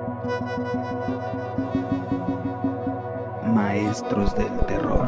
Maestros del terror.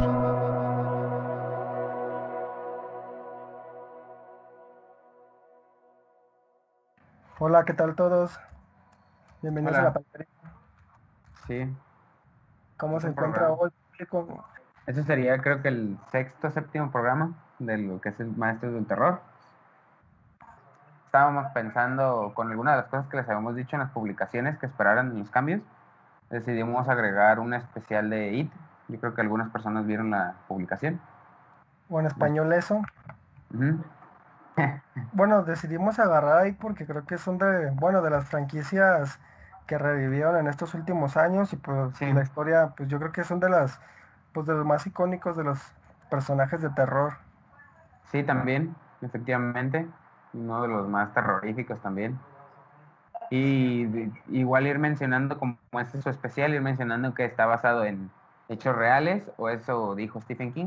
Hola, ¿qué tal todos? Bienvenidos a la Hola, pantalla. sí, ¿Cómo se otro encuentra programa. hoy, público? Ese sería, creo que el sexto, séptimo programa de lo que es el Maestro del Terror. Estábamos pensando con algunas de las cosas que les habíamos dicho en las publicaciones que esperaran los cambios. Decidimos agregar un especial de IT. Yo creo que algunas personas vieron la publicación. O en español eso. Ujú. Bueno, decidimos agarrar ahí porque creo que son bueno, de las franquicias que revivieron en estos últimos años y pues Sí, la historia, pues yo creo que son pues de los más icónicos de los personajes de terror. sí, también, efectivamente. Uno de los más terroríficos también. Y igual ir mencionando como este es su especial, ir mencionando que está basado en hechos reales, o eso dijo Stephen King,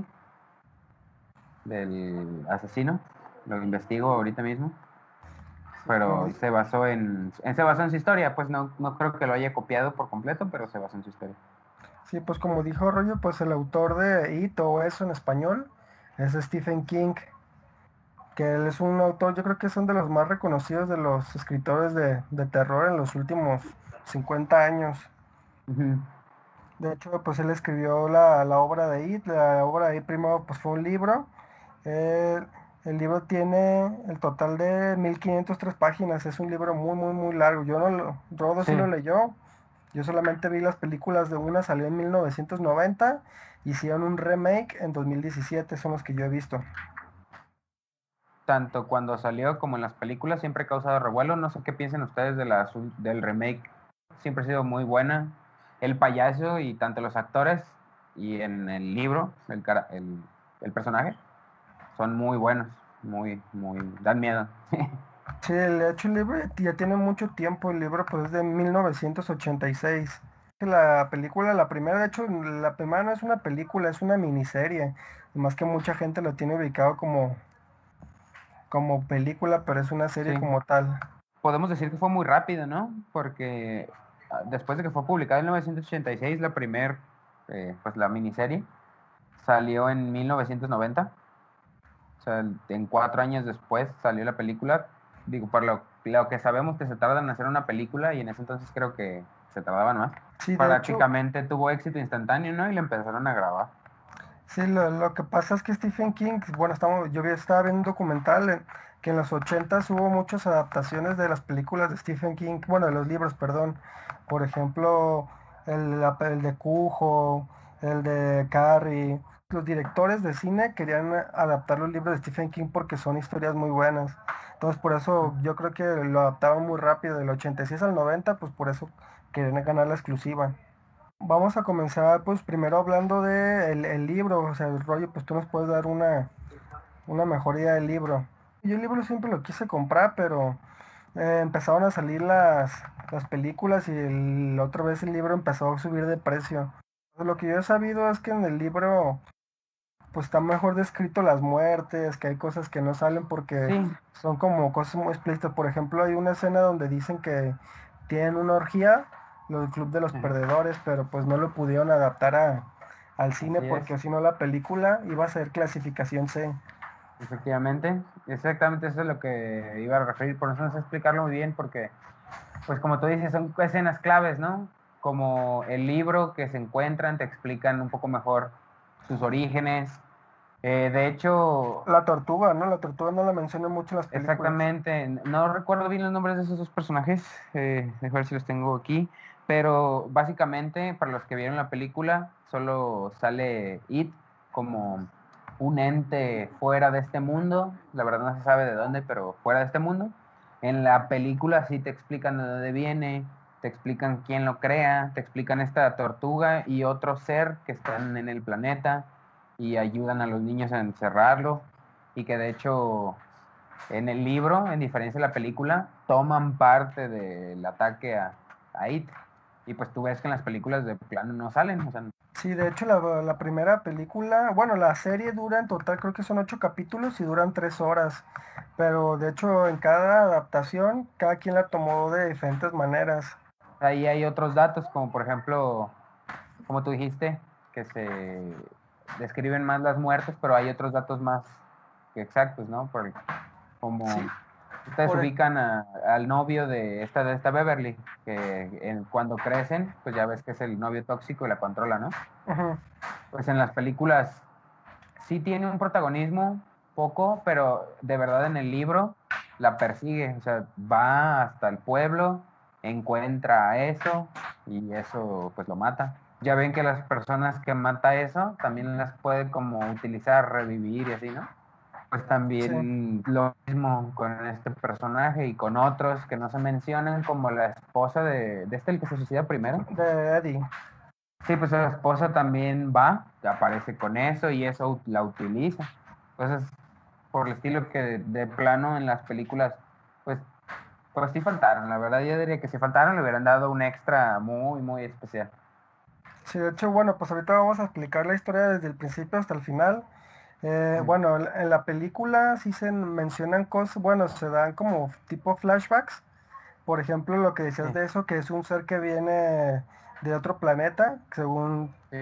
del asesino. Lo investigo ahorita mismo, Como, pero di- se basó en su historia, pues no creo que lo haya copiado por completo, pero se basó en su historia. sí, pues como dijo Rollo, pues el autor de It o eso en español es Stephen King, que él es un autor, yo creo que son de los más reconocidos de los escritores de terror en los últimos 50 años. Ujú. De hecho, pues él escribió la obra de It. La obra de It primero pues fue un libro. Eh, el libro tiene el total de 1503 páginas. Es un libro muy, muy, muy largo. Rodo Sí, sí lo leyó. Yo solamente vi las películas de una, salió en 1990. Hicieron un remake en 2017, son los que yo he visto. tanto cuando salió como en las películas siempre ha causado revuelo. No sé qué piensan ustedes del remake. Siempre ha sido muy buena. El payaso y tanto los actores y en el libro, el personaje, son muy buenos. Dan miedo. Sí, de hecho el libro ya tiene mucho tiempo. El libro pues es de 1986. La película, la primera, de hecho, la primera no es una película, es una miniserie. Más que mucha gente lo tiene ubicado como película, pero es una serie Sí. como tal. Podemos decir que fue muy rápido, ¿no? Porque después de que fue publicado en 1986, pues la miniserie, salió en 1990. O sea, en 4 años después salió la película. Digo, por lo que sabemos que se tarda en hacer una película y en ese entonces creo que se tardaban más. Sí, de hecho, Prácticamente tuvo éxito instantáneo, ¿no? Y le empezaron a grabar. sí, lo que pasa es que Stephen King, bueno, estaba viendo un documental que en los 80 hubo muchas adaptaciones de las películas de Stephen King, bueno, de los libros, perdón. Por ejemplo, el de Cujo, el de Carrie. Los directores de cine querían adaptar los libros de Stephen King porque son historias muy buenas. Entonces, por eso yo creo que lo adaptaban muy rápido, del 86 al 90, pues por eso querían ganar la exclusiva. Vamos a comenzar pues primero hablando de el libro, o sea, el rollo, pues tú nos puedes dar una mejor idea del libro. Yo el libro siempre lo quise comprar, pero empezaron a salir las películas y otra vez el libro empezó a subir de precio. Lo que yo he sabido es que en el libro pues está mejor descrito las muertes, que hay cosas que no salen porque Sí, son como cosas muy explícitas. Por ejemplo, hay una escena donde dicen que tienen una orgía, los Club de los Perdedores, pero pues no lo pudieron adaptar al cine así es. porque si no la película iba a ser clasificación C. Efectivamente, exactamente eso es lo que iba a referir, por eso no sé explicarlo muy bien, porque, pues como tú dices, son escenas claves, ¿no? Como el libro que se encuentran, te explican un poco mejor sus orígenes. De hecho, La tortuga, ¿no? La tortuga no la mencionan mucho en las películas. exactamente, no recuerdo bien los nombres de esos dos personajes, déjame ver si los tengo aquí, pero básicamente, para los que vieron la película, solo sale It como un ente fuera de este mundo, la verdad no se sabe de dónde, pero fuera de este mundo. En la película sí te explican de dónde viene, te explican quién lo crea, te explican esta tortuga y otro ser que están en el planeta y ayudan a los niños a encerrarlo y que de hecho en el libro, en diferencia de la película, toman parte del ataque a It. Y pues tú ves que en las películas de plano no salen, o sea, Sí, de hecho la primera película, bueno, la serie dura en total creo que son 8 capítulos y duran 3 horas, pero de hecho en cada adaptación cada quien la tomó de diferentes maneras. Ahí hay otros datos, como por ejemplo, como tú dijiste, que se describen más las muertes, pero hay otros datos más que exactos, ¿no? Como Sí, ustedes por, ubican al novio de esta Beverly, que cuando crecen, pues ya ves que es el novio tóxico y la controla, ¿no? ujú. Pues en las películas sí tiene un protagonismo poco, pero de verdad en el libro la persigue, o sea, va hasta el pueblo, encuentra a eso y eso pues lo mata. Ya ven que las personas que mata eso también las puede como utilizar, revivir y así, ¿no? Pues Sí, también lo mismo con este personaje y con otros que no se mencionan, como la esposa de este, el que se suicida primero. de Eddie. Sí, pues la esposa también va, aparece con eso y eso la utiliza. Entonces, por el estilo que de plano en las películas, pues, pues sí faltaron. La verdad, yo diría que si faltaron le hubieran dado un extra muy, muy especial. Sí, de hecho, bueno, pues ahorita vamos a explicar la historia desde el principio hasta el final. Ujú. Bueno, en la película sí se mencionan cosas, bueno, se dan como tipo flashbacks. Por ejemplo, lo que Sí, decías de eso, que es un ser que viene de otro planeta, según sí.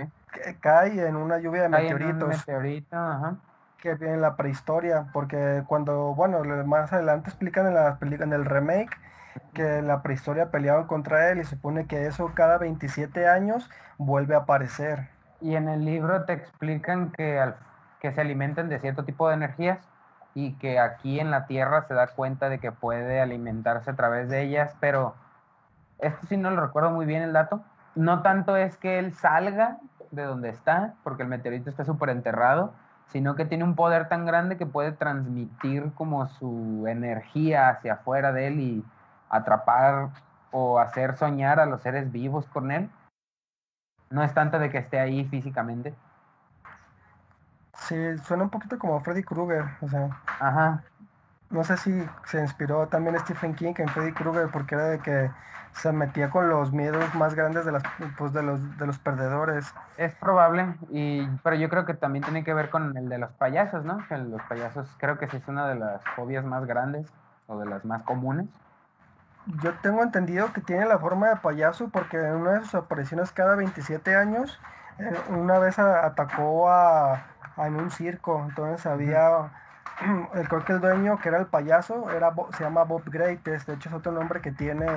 cae en una lluvia de Cae en un meteoritos, meteorito, ajá. que viene en la prehistoria, porque cuando, bueno, más adelante explican en la en el remake que en la prehistoria peleaban contra él y supone que eso cada 27 años vuelve a aparecer. Y en el libro te explican que se alimentan de cierto tipo de energías y que aquí en la Tierra se da cuenta de que puede alimentarse a través de ellas, pero esto sí no lo recuerdo muy bien el dato. No tanto es que él salga de donde está, porque el meteorito está súper enterrado, sino que tiene un poder tan grande que puede transmitir como su energía hacia afuera de él y atrapar o hacer soñar a los seres vivos con él. No es tanto de que esté ahí físicamente. Sí, suena un poquito como Freddy Krueger, o sea, Ajá, no sé si se inspiró también Stephen King en Freddy Krueger porque era de que se metía con los miedos más grandes de las, pues de los perdedores. es probable, pero yo creo que también tiene que ver con el de los payasos, ¿no? Que los payasos creo que sí es una de las fobias más grandes o de las más comunes. Yo tengo entendido que tiene la forma de payaso porque en una de sus apariciones cada 27 años, una vez atacó en un circo, entonces Ujú. había, creo que el dueño que era el payaso se llama Bob Greates, de hecho es otro nombre que tiene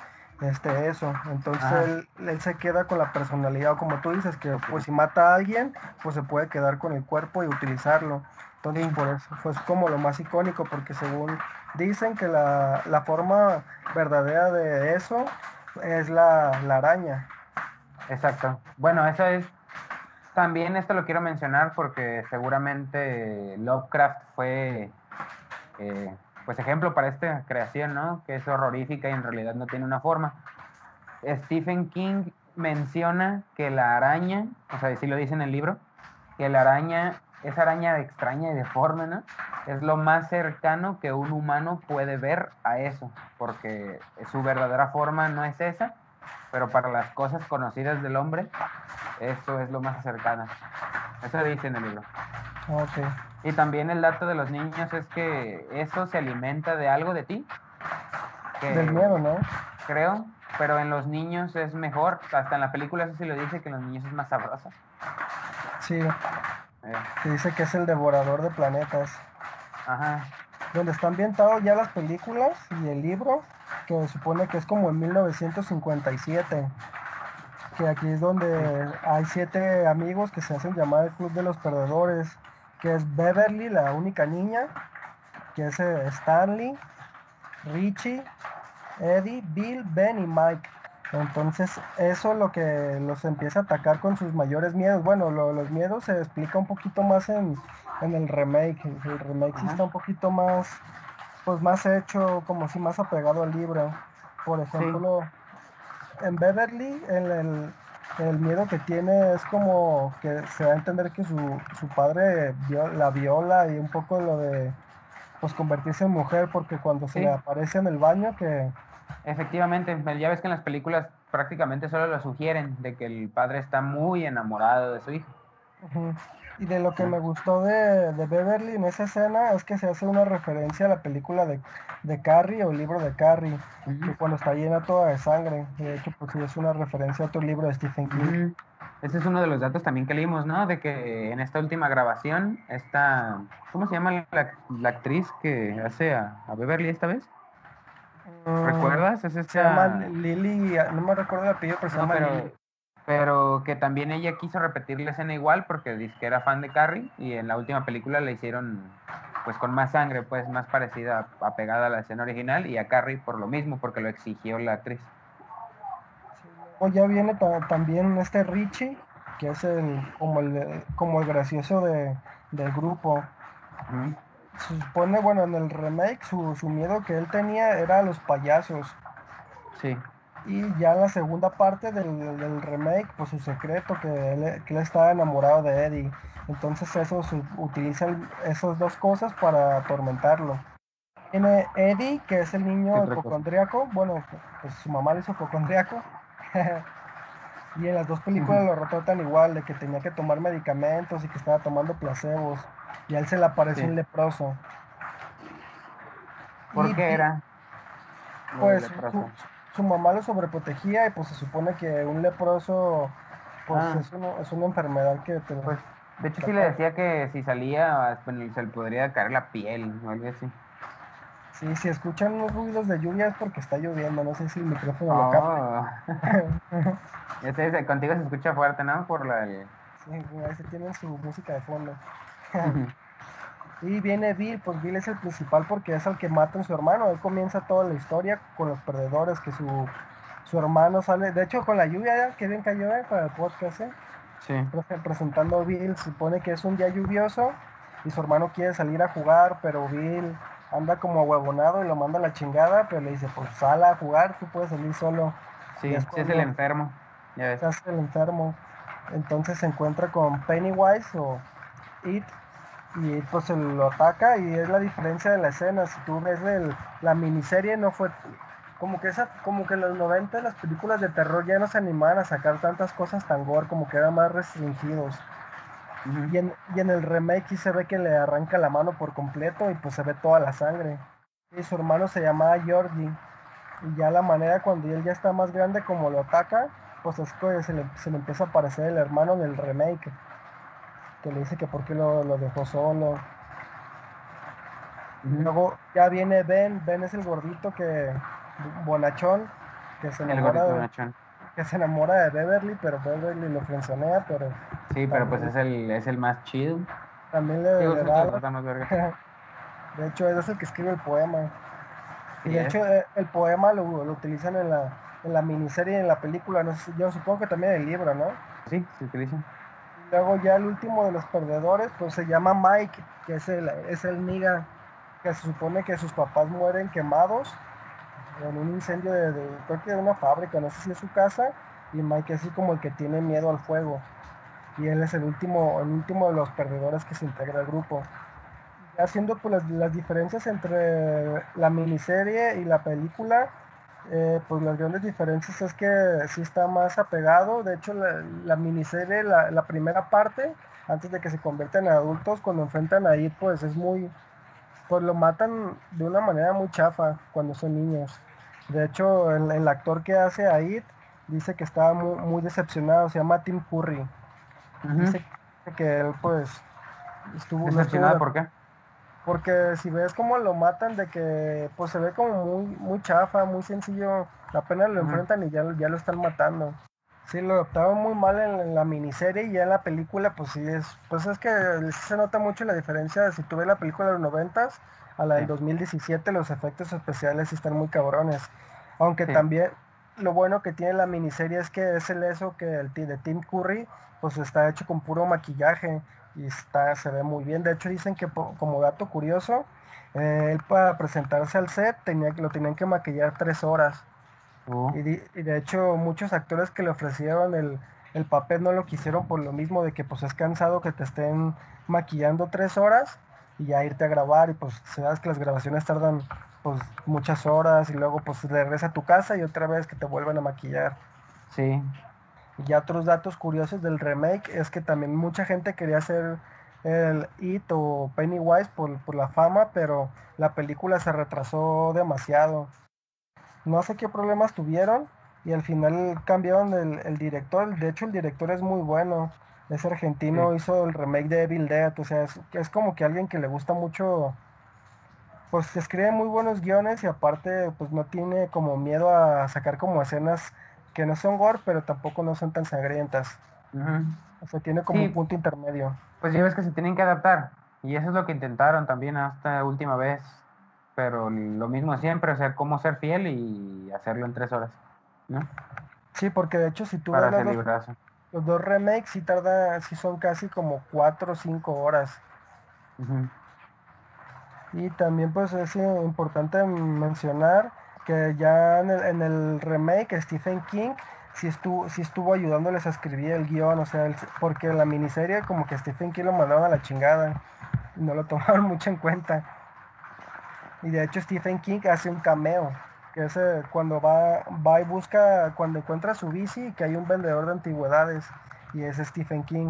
eso, entonces Ajá, él se queda con la personalidad, o como tú dices, que pues ok. si mata a alguien, pues se puede quedar con el cuerpo y utilizarlo. Entonces Sí, por eso fue como lo más icónico, porque según dicen que la forma verdadera de eso es la araña. exacto. Bueno, eso es, también esto lo quiero mencionar porque seguramente Lovecraft fue, pues, ejemplo para esta creación, ¿no? Que es horrorífica y en realidad no tiene una forma. Stephen King menciona que la araña, o sea, sí lo dice en el libro, que la araña, esa araña extraña y deforme, ¿no? Es lo más cercano que un humano puede ver a eso, porque su verdadera forma no es esa, pero para las cosas conocidas del hombre, eso es lo más cercano. Eso dice en el libro. Ok. Y también el dato de los niños es que eso se alimenta de algo de ti, Del que miedo, ¿no? creo, pero en los niños es mejor. Hasta en la película eso sí lo dice, que en los niños es más sabrosa. Sí, Eh, que dice que es el devorador de planetas. ajá, Donde está ambientado ya las películas y el libro, que supone que es como en 1957, que aquí es sí, donde hay 7 amigos que se hacen llamar el Club de los Perdedores, que es Beverly, la única niña, que es Stanley, Richie, Eddie, Bill, Ben y Mike. Entonces eso es lo que los empieza a atacar con sus mayores miedos. Bueno, los miedos se explica un poquito más en el remake. El remake sí está ajá, un poquito más, pues más hecho, como si más apegado al libro. Por sí, ejemplo, en Beverly, el miedo que tiene es como que se da a entender que su padre la viola y un poco lo de pues convertirse en mujer porque cuando se le sí, aparece en el baño que efectivamente. Ya ves que en las películas prácticamente solo lo sugieren, de que el padre está muy enamorado de su hijo. ujú, Y de lo que Ah, me gustó de Beverly en esa escena es que se hace una referencia a la película de Carrie o el libro de Carrie, ujú, que cuando está llena toda de sangre. De hecho, pues sí es una referencia a otro libro de Stephen King. ujú. Ese es uno de los datos también que leímos, ¿no? De que en esta última grabación, ¿cómo se llama la actriz que hace a Beverly esta vez? Mm, ¿Recuerdas? Es Se llama esta. Lily, no me recuerdo el apellido, pero se No, llama Lily. pero que también ella quiso repetir la escena igual porque dice que era fan de Carrie y en la última película la hicieron pues con más sangre, pues más parecida, apegada a la escena original y a Carrie por lo mismo, porque lo exigió la actriz. Sí, luego ya viene también este Richie, que es como el gracioso del grupo. Ujú. Se supone, bueno, en el remake su miedo que él tenía era a los payasos. Sí, Y ya en la segunda parte del remake, pues su secreto, que él estaba enamorado de Eddie. Entonces utilizan esas dos cosas para atormentarlo. Tiene Eddie, que es el ¿qué niño otra cosa? hipocondriaco. Bueno, pues su mamá lo hizo hipocondriaco. Y en las dos películas Ujú. lo retratan igual, de que tenía que tomar medicamentos y que estaba tomando placebos. Y a él se le aparece un Sí. leproso. ¿Por Y qué era lo del pues leproso? su mamá lo sobreprotegía y pues se supone que un leproso pues Ah, es una enfermedad que pues de hecho te sí le ataca. decía que si salía, bueno, se le podría caer la piel o algo así. Sí, si escuchan unos ruidos de lluvia es porque está lloviendo, no sé si el micrófono lo capta. Oh, contigo se escucha fuerte, ¿no? Por la del... Sí, ahí se tienen su música de fondo. Ujú. Y viene Bill, pues Bill es el principal porque es el que mata a su hermano. Ahí comienza toda la historia con los perdedores, que su hermano sale, de hecho con la lluvia, que bien cayó para el podcast, Sí. presentando a Bill. Se supone que es un día lluvioso y su hermano quiere salir a jugar, pero Bill anda como ahuevonado y lo manda a la chingada, pero le dice, pues sal a jugar, tú puedes salir solo. Y Sí, es sí es el cuando enfermo, ya ves. se hace el enfermo. Entonces se encuentra con Pennywise o It y pues se lo ataca y es la diferencia de la escena. Si tú ves la miniserie no fue como que en los 90 las películas de terror ya no se animaban a sacar tantas cosas tan gore, como que eran más restringidos. Ujú. Y en el remake sí se ve que le arranca la mano por completo y pues se ve toda la sangre. Y su hermano se llamaba Georgie. Y ya la manera cuando él ya está más grande como lo ataca, pues es que se le empieza a aparecer el hermano en el remake, que le dice que por qué lo dejó solo. Y Ujú. luego ya viene Ben es el gordito bonachón, que se El enamora gordito de, bonachón. que se enamora de Beverly, pero Beverly lo frenzonea, pero Sí, pero pues también, es el más chido. también Digo, le es el que da le trata más verga. De hecho, es el que escribe el poema. Y Sí de es. hecho, el poema lo utilizan en la miniserie y en la película. No sé yo supongo que también el libro, ¿no? Sí, se utiliza. Y luego ya el último de los perdedores, pues se llama Mike, que es el niga, que se supone que sus papás mueren quemados en un incendio creo que de una fábrica, no sé si es su casa, y Mike es así como el que tiene miedo al fuego. Y él es el último de los perdedores que se integra al grupo. Haciendo pues las diferencias entre la miniserie y la película, pues las grandes diferencias es que sí está más apegado. De hecho, la miniserie, la primera parte, antes de que se conviertan en adultos, cuando enfrentan a It, pues pues lo matan de una manera muy chafa cuando son niños. De hecho, el actor que hace a It dice que estaba muy decepcionado, se llama Tim Curry. Ujú. Dice que él pues no estuvo ¿Decepcionado por qué? porque si ves cómo lo matan, de que pues se ve como muy chafa, muy sencillo, apenas lo Ujú. enfrentan y ya lo están matando. Sí, lo adaptaron muy mal en la miniserie y ya en la película, pues sí pues es que sí se nota mucho la diferencia. Si tú ves la película de los noventas a la Sí, del 2017 los efectos especiales sí están muy cabrones. Aunque sí. también lo bueno que tiene la miniserie es que es el eso que de Tim Curry, pues está hecho con puro maquillaje y se ve muy bien. De hecho dicen que como dato curioso, él para presentarse al set lo tenían que maquillar 3 horas. Oh. Y de hecho muchos actores que le ofrecieron el papel no lo quisieron por lo mismo de que pues es cansado que te estén maquillando 3 horas y ya irte a grabar y pues sabes que las grabaciones tardan pues muchas horas y luego pues regresa a tu casa y otra vez que te vuelvan a maquillar. Sí. Y ya otros datos curiosos del remake es que también mucha gente quería hacer el It o Pennywise por la fama, pero la película se retrasó demasiado. No sé qué problemas tuvieron y al final cambiaron el director. De hecho, el director es muy bueno. Es Sí. argentino, hizo el remake de Evil Dead. O sea, es como que alguien que le gusta mucho, pues escribe muy buenos guiones y aparte, pues no tiene como miedo a sacar como escenas que no son gore, pero tampoco no son tan sangrientas. Ujú. O sea, tiene como un Sí, punto intermedio. pues ya ves que se tienen que adaptar. Y eso es lo que intentaron también esta última vez. Pero lo mismo siempre, o sea, cómo ser fiel y hacerlo en 3 horas, ¿no? Sí, porque de hecho si tú ves Para hacer librazo. los dos remakes, sí tarda, sí son casi como 4 o 5 horas. Ujú. Y también pues es importante mencionar que ya en el remake Stephen King sí estuvo ayudándoles a escribir el guión, o sea, porque la miniserie como que Stephen King lo mandaron a la chingada y no lo tomaron mucho en cuenta. Y de hecho Stephen King hace un cameo, que es cuando va y busca, cuando encuentra su bici, que hay un vendedor de antigüedades y es Stephen King.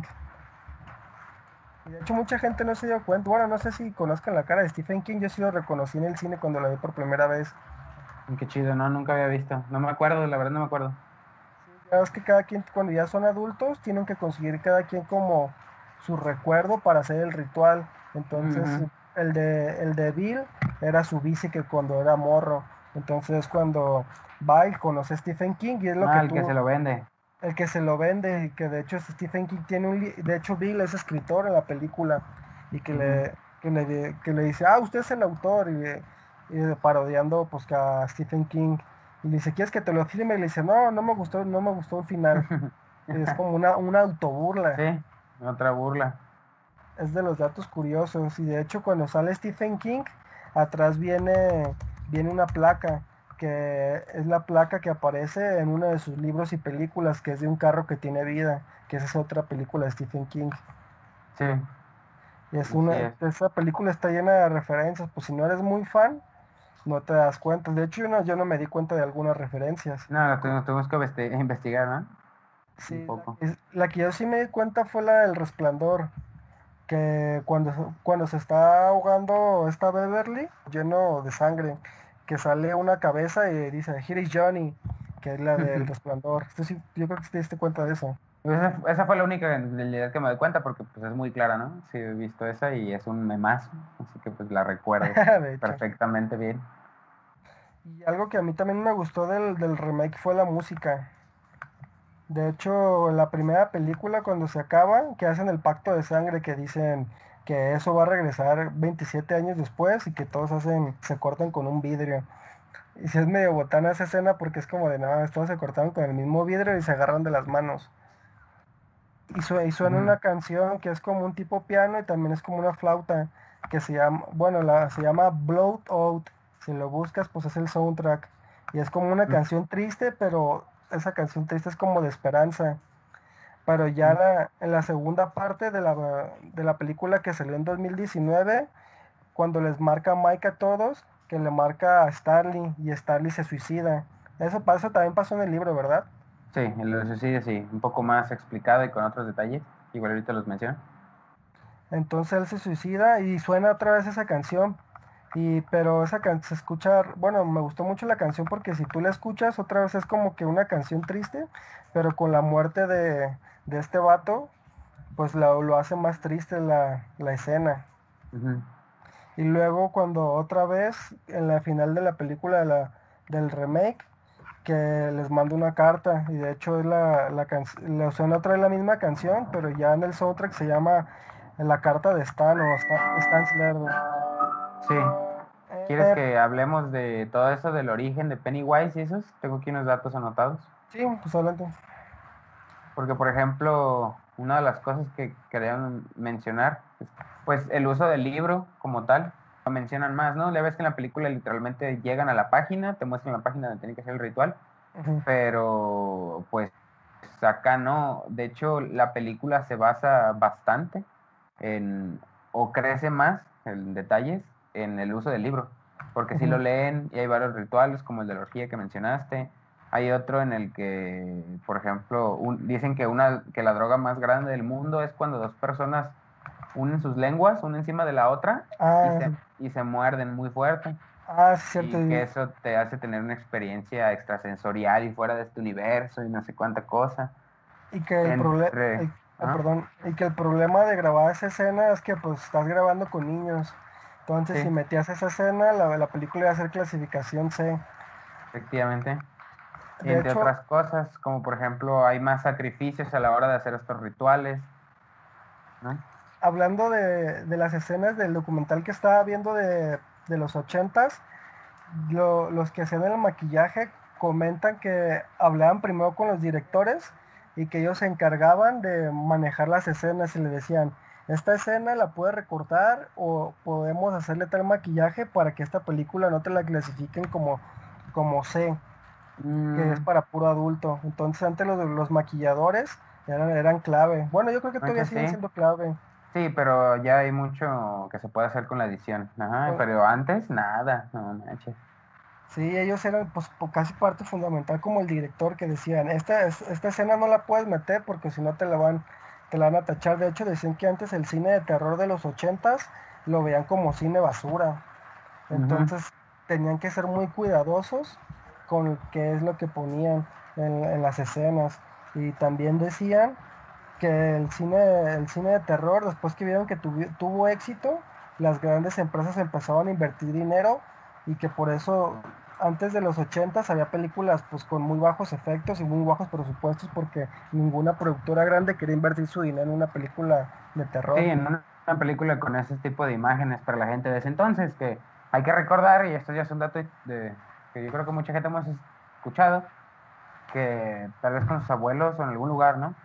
Y de hecho mucha gente no se dio cuenta, bueno, no sé si conozcan la cara de Stephen King, yo sí lo reconocí en el cine cuando lo vi por primera vez. Qué chido, no, nunca había visto. No me acuerdo, la verdad no me acuerdo. Ya ves que cada quien, cuando ya son adultos, tienen que conseguir cada quien como su recuerdo para hacer el ritual. Entonces, Ujú. el de Bill era su bici que cuando era morro. Entonces, cuando va y conoce a Stephen King, y es lo que Ah, el que se tú, lo vende. el que se lo vende, y que de hecho Stephen King tiene de hecho Bill es escritor en la película, y que Ujú. le dice, usted es el autor, y parodiando pues que a Stephen King, y le dice, ¿quieres que te lo firme? Y le dice, no, no me gustó el final, y es como una autoburla, Sí, otra burla. es de los datos curiosos, y de hecho cuando sale Stephen King, atrás viene una placa, que es la placa que aparece en uno de sus libros y películas, que es de un carro que tiene vida, que esa es otra película de Stephen King. Sí, Y así es. esa película está llena de referencias, pues si no eres muy fan, no te das cuenta. De hecho, yo no me di cuenta de algunas referencias. No, tuvimos que investigar, ¿no? Un Sí, poco. la que yo sí me di cuenta fue la del Resplandor, que cuando se está ahogando esta Beverly, lleno de sangre, que sale una cabeza y dice, Here is Johnny, que es la del Resplandor. Yo creo que sí te diste cuenta de eso. Esa fue la única en realidad que me doy cuenta porque pues es muy clara, ¿no? Sí, he visto esa y es un memazo, así que pues la recuerdo De hecho. perfectamente bien. Y algo que a mí también me gustó del remake fue la música. De hecho, en la primera película, cuando se acaba, que hacen el pacto de sangre, que dicen que eso va a regresar 27 años después y que todos se cortan con un vidrio. Y si es medio botana esa escena porque es como de nada, todos se cortaron con el mismo vidrio y se agarran de las manos. Y suena Ujú. una canción que es como un tipo piano y también es como una flauta que se llama, bueno, se llama Blood Out. Si lo buscas, pues es el soundtrack. Y es como una canción triste, pero esa canción triste es como de esperanza. Pero ya Ujú. en la segunda parte de la película que salió en 2019, cuando les marca Mike a todos, que le marca a Starly y Starly se suicida. Eso también pasó en el libro, ¿verdad? Sí, el de suicidio sí, un poco más explicado y con otros detalles. Igual ahorita los menciono. Entonces él se suicida y suena otra vez esa canción. Pero esa canción se escucha, bueno, me gustó mucho la canción porque si tú la escuchas otra vez es como que una canción triste, pero con la muerte de este vato, pues lo hace más triste la escena. Ujú. Y luego cuando otra vez, en la final de la película del remake, que les mando una carta, y de hecho es suena otra vez la misma canción, pero ya en el soundtrack se llama La carta de Stan o Stan's Letter. Sí. ¿Quieres Eh, que hablemos de todo eso del origen de Pennywise y esos? Tengo aquí unos datos anotados. sí, pues adelante. Porque, por ejemplo, una de las cosas que quería mencionar es, pues, el uso del libro como tal. Lo mencionan más, ¿no? Ya ves que en la película literalmente llegan a la página, te muestran la página donde tiene que hacer el ritual, Ujú, pero, pues, acá no. De hecho, la película se basa bastante en, o crece más en detalles en el uso del libro. Porque si lo ujú. leen y hay varios rituales, como el de la orgía que mencionaste, Hay otro en el que, por ejemplo, dicen que la droga más grande del mundo es cuando dos personas unen sus lenguas, una encima de la otra, Ah, y se muerden muy fuerte. sí, cierto. Y que eso te hace tener una experiencia extrasensorial y fuera de este universo y no sé cuánta cosa. Y que el problema, Entre... ¿Ah? perdón, y que el problema de grabar esa escena es que pues estás grabando con niños. Entonces, si Sí, metías esa escena, la película iba a ser clasificación C. efectivamente. Y De entre hecho, otras cosas, como por ejemplo, hay más sacrificios a la hora de hacer estos rituales, ¿no? hablando de las escenas del documental que estaba viendo de los ochentas, los que hacían el maquillaje comentan que hablaban primero con los directores y que ellos se encargaban de manejar las escenas y le decían, esta escena la puedes recortar o podemos hacerle tal maquillaje para que esta película no te la clasifiquen como C, que es Mm, para puro adulto. Entonces antes los maquilladores eran clave. Bueno, yo creo que todavía mucho siguen sí, siendo clave. sí, pero ya hay mucho que se puede hacer con la edición. Ajá, pero antes nada, no manches. Sí, ellos eran pues casi parte fundamental como el director que decían, esta escena no la puedes meter porque si no te la van a tachar. De hecho, decían que antes el cine de terror de los ochentas lo veían como cine basura. Ujú. Entonces tenían que ser muy cuidadosos con qué es lo que ponían en las escenas. Y también decían que el cine de terror, después que vieron que tuvo éxito, las grandes empresas empezaban a invertir dinero y que por eso antes de los ochentas había películas pues con muy bajos efectos y muy bajos presupuestos porque ninguna productora grande quería invertir su dinero en una película de Sí, terror. en una película con ese tipo de imágenes para la gente de ese entonces, que hay que recordar, y esto ya es un dato que yo creo que mucha gente hemos escuchado, que tal vez con sus abuelos o en algún lugar, ¿no?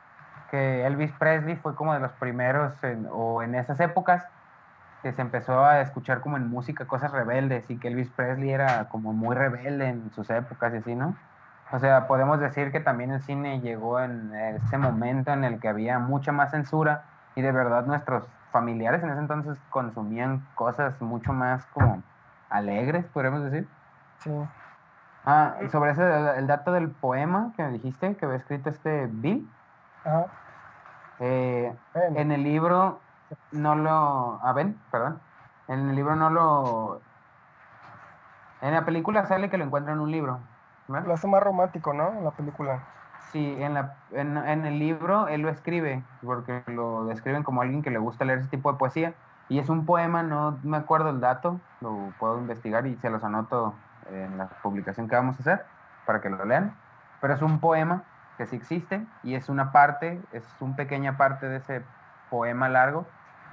Que Elvis Presley fue como de los primeros, o en esas épocas, que se empezó a escuchar como en música cosas rebeldes y que Elvis Presley era como muy rebelde en sus épocas y así, ¿no? O sea, podemos decir que también el cine llegó en ese momento en el que había mucha más censura y de verdad nuestros familiares en ese entonces consumían cosas mucho más como alegres, podríamos decir. Sí. Ah, y sobre ese, el dato del poema que me dijiste, que había escrito este Bill, Ajá. eh, Ven, en el libro no lo... Ah, Ben, perdón. En el libro no lo... En la película sale que lo encuentra en un libro, lo ¿verdad? hace más romántico, ¿no? En la película. Sí, en el libro él lo escribe, porque lo describen como alguien que le gusta leer ese tipo de poesía, y es un poema, no me acuerdo el dato, lo puedo investigar y se los anoto en la publicación que vamos a hacer para que lo lean, pero es un poema que sí existe y es una parte, es una pequeña parte de ese poema largo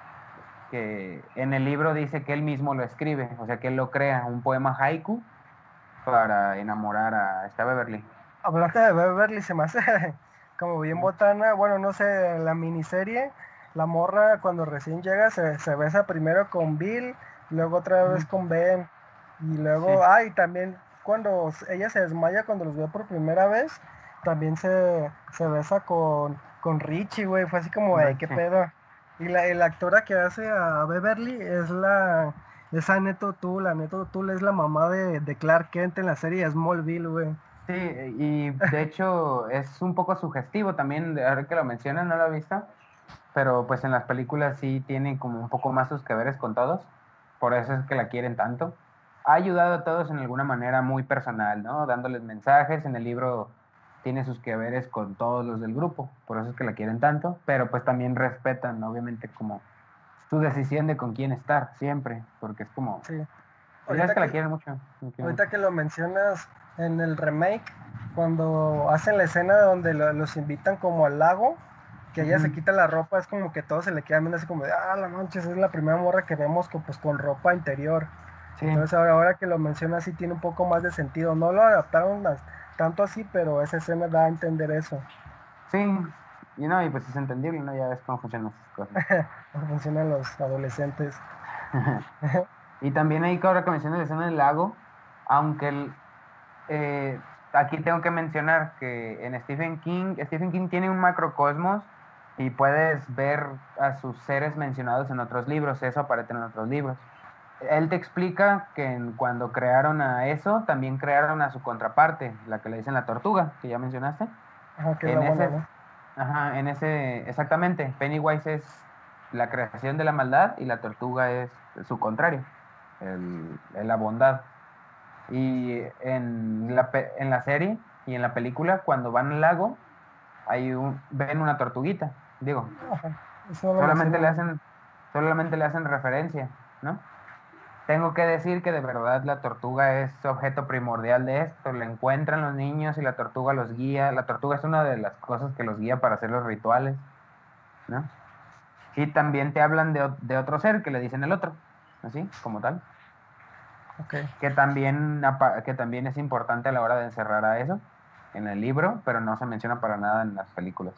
que en el libro dice que él mismo lo escribe, o sea que él lo crea, un poema haiku para enamorar a esta Beverly. Hablando de Beverly, se me hace como bien botana. Bueno, no sé, en la miniserie, la morra cuando recién llega se besa primero con Bill, luego otra vez Ujú. con Ben, y luego, Sí, y también cuando ella se desmaya cuando los ve por primera vez, también se besa con Richie, güey. Fue así como, ¿qué Richie. pedo? Y la actora que hace a Beverly esa Neto O'Toole es la mamá de Clark Kent en la serie Smallville, güey. Sí, y de hecho es un poco sugestivo también, ahora que lo mencionas, no lo he visto, pero pues en las películas sí tienen como un poco más sus que veres con todos, por eso es que la quieren tanto. Ha ayudado a todos en alguna manera muy personal, ¿no? Dándoles mensajes, en el libro tiene sus que veres con todos los del grupo, por eso es que la quieren tanto, pero pues también respetan, obviamente, como su decisión de con quién estar, siempre, porque es como, Sí. pues ya es Ahorita que la que, quieren mucho, la quieren ahorita mucho. que lo mencionas en el remake, cuando hacen la escena donde los invitan como al lago, que ella se Ujú. quita la ropa, es como que todos se le quedan viendo así como de, la manches, es la primera morra que vemos pues con ropa interior. Sí, Entonces ahora que lo mencionas sí tiene un poco más de sentido. No lo adaptaron tanto así, pero esa escena da a entender eso. sí, y no, y pues es entendible, ¿no? Ya ves cómo funcionan esas cosas. Cómo funcionan los adolescentes. Y también ahí que ahora que mencionas la escena del lago, aunque aquí tengo que mencionar que en Stephen King tiene un macrocosmos y puedes ver a sus seres mencionados en otros libros, eso aparece en otros libros. él te explica que cuando crearon a eso, también crearon a su contraparte, la que le dicen la tortuga, que ya mencionaste. Ajá, que es la En buena, ese, ¿no? ajá, en ese, exactamente, Pennywise es la creación de la maldad y la tortuga es su contrario, la bondad. Y en la serie y en la película, cuando van al lago, ven una tortuguita, digo, Ajá, eso no lo solamente le mencionan. hacen, solamente le hacen referencia, ¿no? Tengo que decir que de verdad la tortuga es objeto primordial de esto. La encuentran los niños y la tortuga los guía. La tortuga es una de las cosas que los guía para hacer los rituales, ¿no? Y también te hablan de otro ser que le dicen el otro, así como tal, Ok. que también es importante a la hora de encerrar a eso en el libro, pero no se menciona para nada en las películas.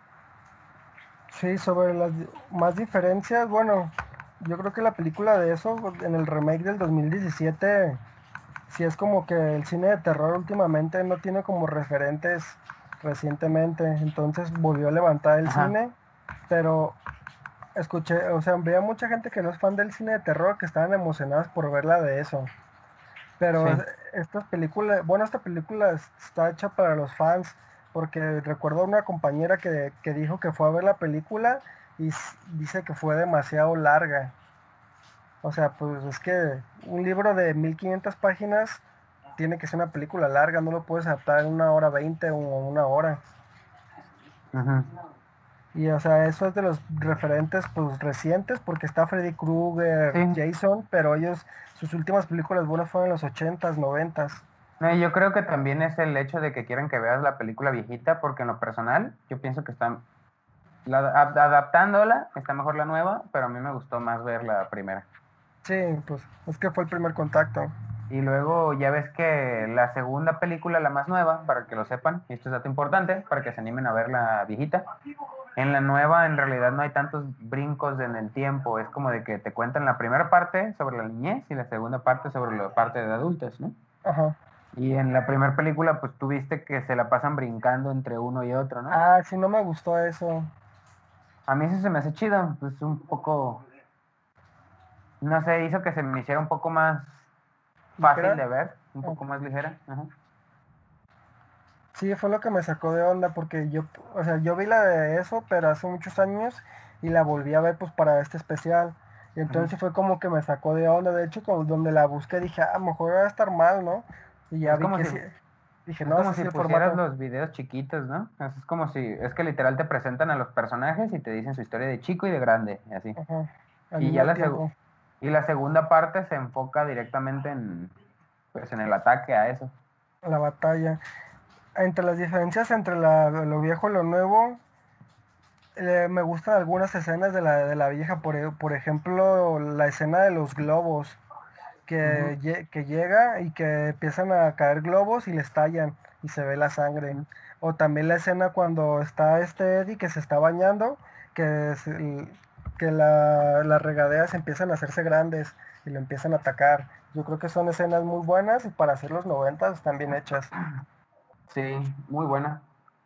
Sí, sobre las más diferencias, bueno, yo creo que la película de eso, en el remake del 2017, sí es como que el cine de terror últimamente no tiene como referentes recientemente, entonces volvió a levantar el Ajá, cine, pero escuché, o sea, veía mucha gente que no es fan del cine de terror que estaban emocionadas por verla de eso. sí, Pero estas películas, bueno, esta película está hecha para los fans, porque recuerdo una compañera que dijo que fue a ver la película y dice que fue demasiado larga. O sea, pues es que un libro de 1500 páginas tiene que ser una película larga, no lo puedes adaptar en 1 hora 20 o 1 hora. ujú, Y o sea, eso es de los referentes pues recientes, porque está Freddy sí. Krueger, Jason, pero ellos, sus últimas películas buenas fueron en los 80s, 90s. No, y yo creo que también es el hecho de que quieren que veas la película viejita, porque en lo personal, yo pienso que adaptándola, está mejor la nueva, pero a mí me gustó más ver la primera. Sí, pues es que fue el primer contacto. Y luego ya ves que la segunda película, la más nueva, para que lo sepan, y esto es dato importante, para que se animen a ver la viejita, en la nueva en realidad no hay tantos brincos en el tiempo, es como de que te cuentan la primera parte sobre la niñez y la segunda parte sobre la parte de adultos, ¿no? Ajá. Y en la primera película, pues tú viste que se la pasan brincando entre uno y otro, ¿no? Ah, sí, no me gustó eso. A mí eso se me hace chido, pues un poco, no sé, hizo que se me hiciera un poco más fácil ¿Ligera? de ver, un Ah, poco más ligera. Ajá. sí, fue lo que me sacó de onda, porque yo, o sea, yo vi la de eso, pero hace muchos años y la volví a ver pues para este especial. Y Ujú. entonces fue como que me sacó de onda. De hecho, como donde la busqué dije, ah, a lo mejor va a estar mal, ¿no? Y ya Es vi como que si, sí. Dije, es no, como ese si sí el pusieras formato. los videos chiquitos, ¿no? Es como si, es que literal te presentan a los personajes y te dicen su historia de chico y de grande, y así. Ajá, al Y ya mismo tiempo. y la segunda parte se enfoca directamente pues, en el ataque a eso. La batalla. Entre las diferencias entre lo viejo y lo nuevo, me gustan algunas escenas de la vieja, por ejemplo, la escena de los globos, Ujú, que llega y que empiezan a caer globos y le estallan y se ve la sangre. ujú. O también la escena cuando está este Eddie que se está bañando, que, que las regaderas empiezan a hacerse grandes y lo empiezan a atacar. Yo creo que son escenas muy buenas y para hacer los 90 están bien hechas. Sí, muy buena.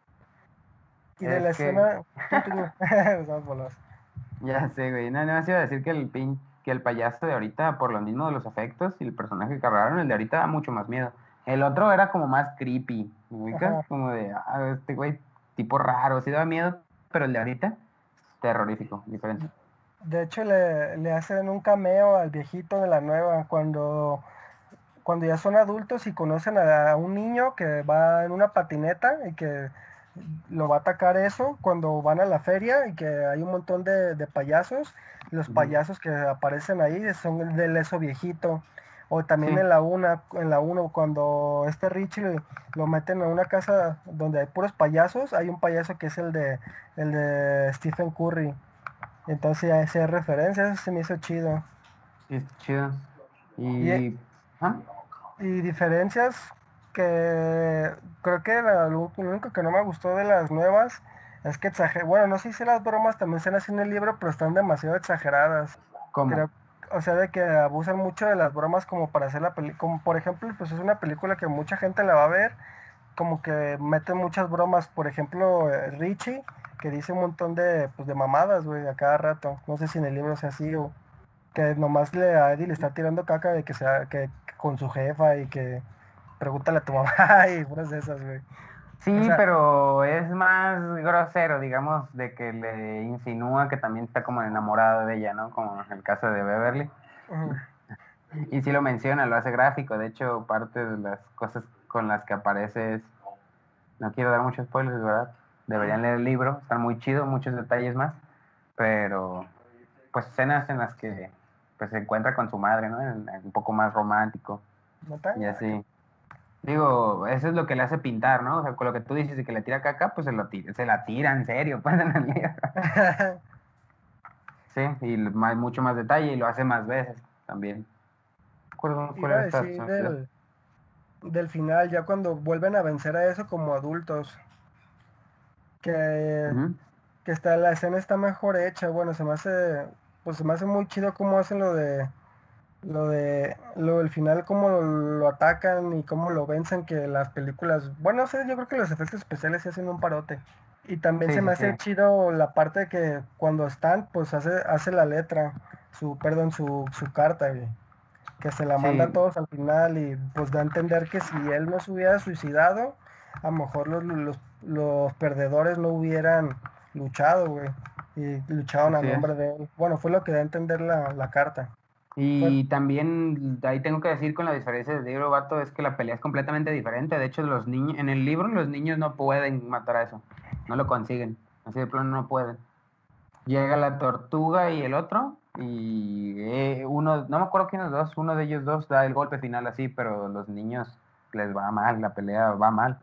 Y de Es la que, escena, tú, esas bolas. ya sé, güey, no más iba a decir que que el payaso de ahorita, por lo mismo de los efectos y el personaje que agarraron, el de ahorita da mucho más miedo. El otro era como más creepy, ¿me ubicas? Ajá. Como de, este güey, tipo raro, sí daba miedo, pero el de ahorita, terrorífico, diferente. De hecho, le hacen un cameo al viejito de la nueva cuando ya son adultos y conocen a un niño que va en una patineta y que lo va a atacar eso cuando van a la feria y que hay un montón de payasos. Los Ujú. payasos que aparecen ahí son del eso viejito. O también Sí, en la uno cuando este Richie lo meten a una casa donde hay puros payasos, hay un payaso que es el de Stephen Curry. Entonces ya esa referencia, eso se me hizo chido. sí, está chido. Y, Y, ah, y diferencias que creo que lo único que no me gustó de las nuevas es que bueno, no sé si las bromas también se hacen en el libro, pero están demasiado exageradas. ¿cómo? Creo, o sea, de que abusan mucho de las bromas como para hacer la película, como por ejemplo, pues es una película que mucha gente la va a ver, como que meten muchas bromas, por ejemplo, Richie, que dice un montón de, pues, de mamadas, güey, a cada rato. No sé si en el libro sea así o... que nomás a Eddie le está tirando caca de que sea que con su jefa y que pregúntale a tu mamá y puras de esas, güey. O Sí, sea, pero es más grosero, digamos, de que le insinúa que también está como enamorado de ella, ¿no? Como en el caso de Beverly. ujú, Y sí lo menciona, lo hace gráfico. De hecho, parte de las cosas con las que aparece es, no quiero dar muchos spoilers, ¿verdad? Deberían leer el libro, están muy chidos, muchos detalles más, pero pues escenas en las que pues se encuentra con su madre, ¿no? Un poco más romántico no tan- y así. Digo, eso es lo que le hace pintar, ¿no? O sea, con lo que tú dices de que le tira caca, pues se la tira en serio, pues en el libro. Sí, y hay mucho más detalle y lo hace más veces también. No recuerdo cuál Iba a era esta, decir se me olvidó. del final, ya cuando vuelven a vencer a eso como adultos, que, Ujú. que está, la escena está mejor hecha, bueno, pues se me hace muy chido cómo hacen lo del final, cómo lo atacan y cómo lo vencen, que las películas, bueno, no sé, yo creo que los efectos especiales sí hacen un parote. Y también Sí, se me sí, sí. hace chido la parte de que cuando están, pues hace la letra, perdón, su carta, güey, que se la manda a Sí, todos al final y pues da a entender que si él no se hubiera suicidado, a lo mejor los perdedores no hubieran luchado, güey, y lucharon a así nombre es. de él. Bueno, fue lo que da a entender la carta. Fue, Y también ahí tengo que decir con la diferencia del libro, vato, es que la pelea es completamente diferente. De hecho, los niños, en el libro los niños no pueden matar a eso. No lo consiguen. Así de plano no pueden. Llega la tortuga y el otro, y uno, no me acuerdo quién es dos, uno de ellos dos da el golpe final así, pero los niños les va mal, la pelea va mal.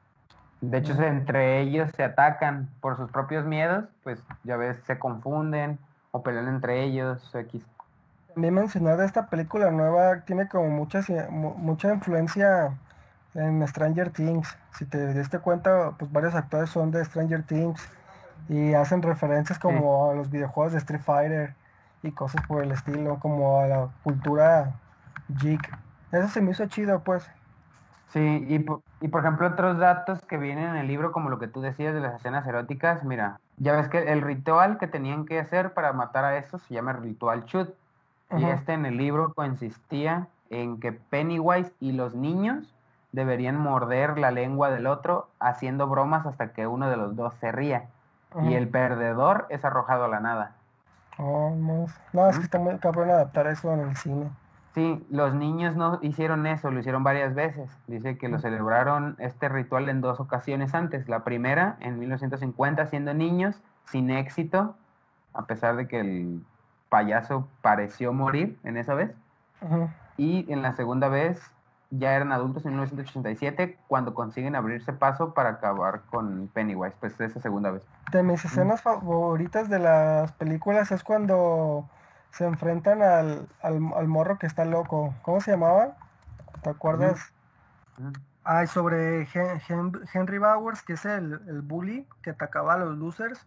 De hecho, entre ellos se atacan por sus propios miedos, pues ya ves, se confunden o pelean entre ellos, X. también mencionar de esta película nueva tiene como mucha influencia en Stranger Things. Si te diste cuenta, pues varios actores son de Stranger Things y hacen referencias Sí. como a los videojuegos de Street Fighter y cosas por el estilo, como a la cultura geek. Eso se me hizo chido, pues. Sí, y por ejemplo otros datos que vienen en el libro, como lo que tú decías de las escenas eróticas, mira, ya ves que el ritual que tenían que hacer para matar a estos se llama el ritual Chut, y Ujú. este en el libro consistía en que Pennywise y los niños deberían morder la lengua del otro haciendo bromas hasta que uno de los dos se ría, y Ujú. el perdedor es arrojado a la nada. Oh, no, es que ¿Mm? está muy cabrón adaptar eso en el cine. Sí, los niños no hicieron eso, lo hicieron varias veces. Dice que lo celebraron este ritual en dos ocasiones antes. La primera, en 1950, siendo niños, sin éxito, a pesar de que el payaso pareció morir en esa vez. Ujú. Y en la segunda vez, ya eran adultos en 1987, cuando consiguen abrirse paso para acabar con Pennywise, pues esa segunda vez. De mis Mm, escenas favoritas de las películas es cuando se enfrentan al morro que está loco. ¿Cómo se llamaba? ¿Te ujú, acuerdas? ujú. Ay, sobre Henry Bowers, que es el bully que atacaba a los losers.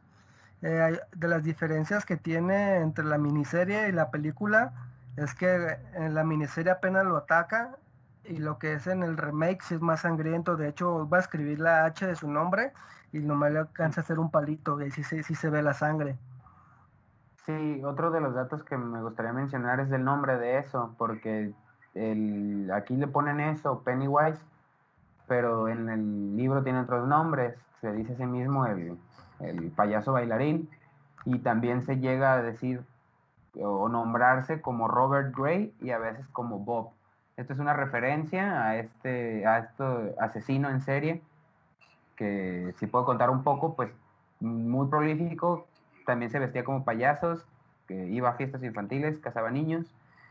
De las diferencias que tiene entre la miniserie y la película es que en la miniserie apenas lo ataca y lo que es en el remake sí es más sangriento. De hecho, va a escribir la H de su nombre y nomás le alcanza a hacer un palito y ahí sí se ve la sangre. Sí, otro de los datos que me gustaría mencionar es el nombre de eso, porque aquí le ponen eso, Pennywise, pero en el libro tiene otros nombres. Se dice a sí mismo el payaso bailarín, y también se llega a decir o nombrarse como Robert Gray y a veces como Bob. Esto es una referencia a este asesino en serie que, si puedo contar un poco, pues muy prolífico, también se vestía como payasos, que iba a fiestas infantiles, cazaba niños,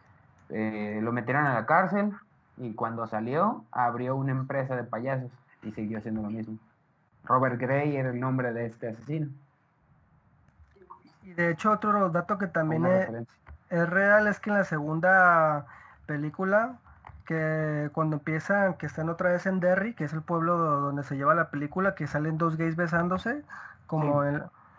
lo metieron a la cárcel y cuando salió abrió una empresa de payasos y siguió haciendo lo mismo. Robert Gray era el nombre de este asesino, Y de hecho otro dato que o también una referencia. es real es que en la segunda película, que cuando empiezan, que están otra vez en Derry, que es el pueblo donde se lleva la película, que salen dos gays besándose, como Sí,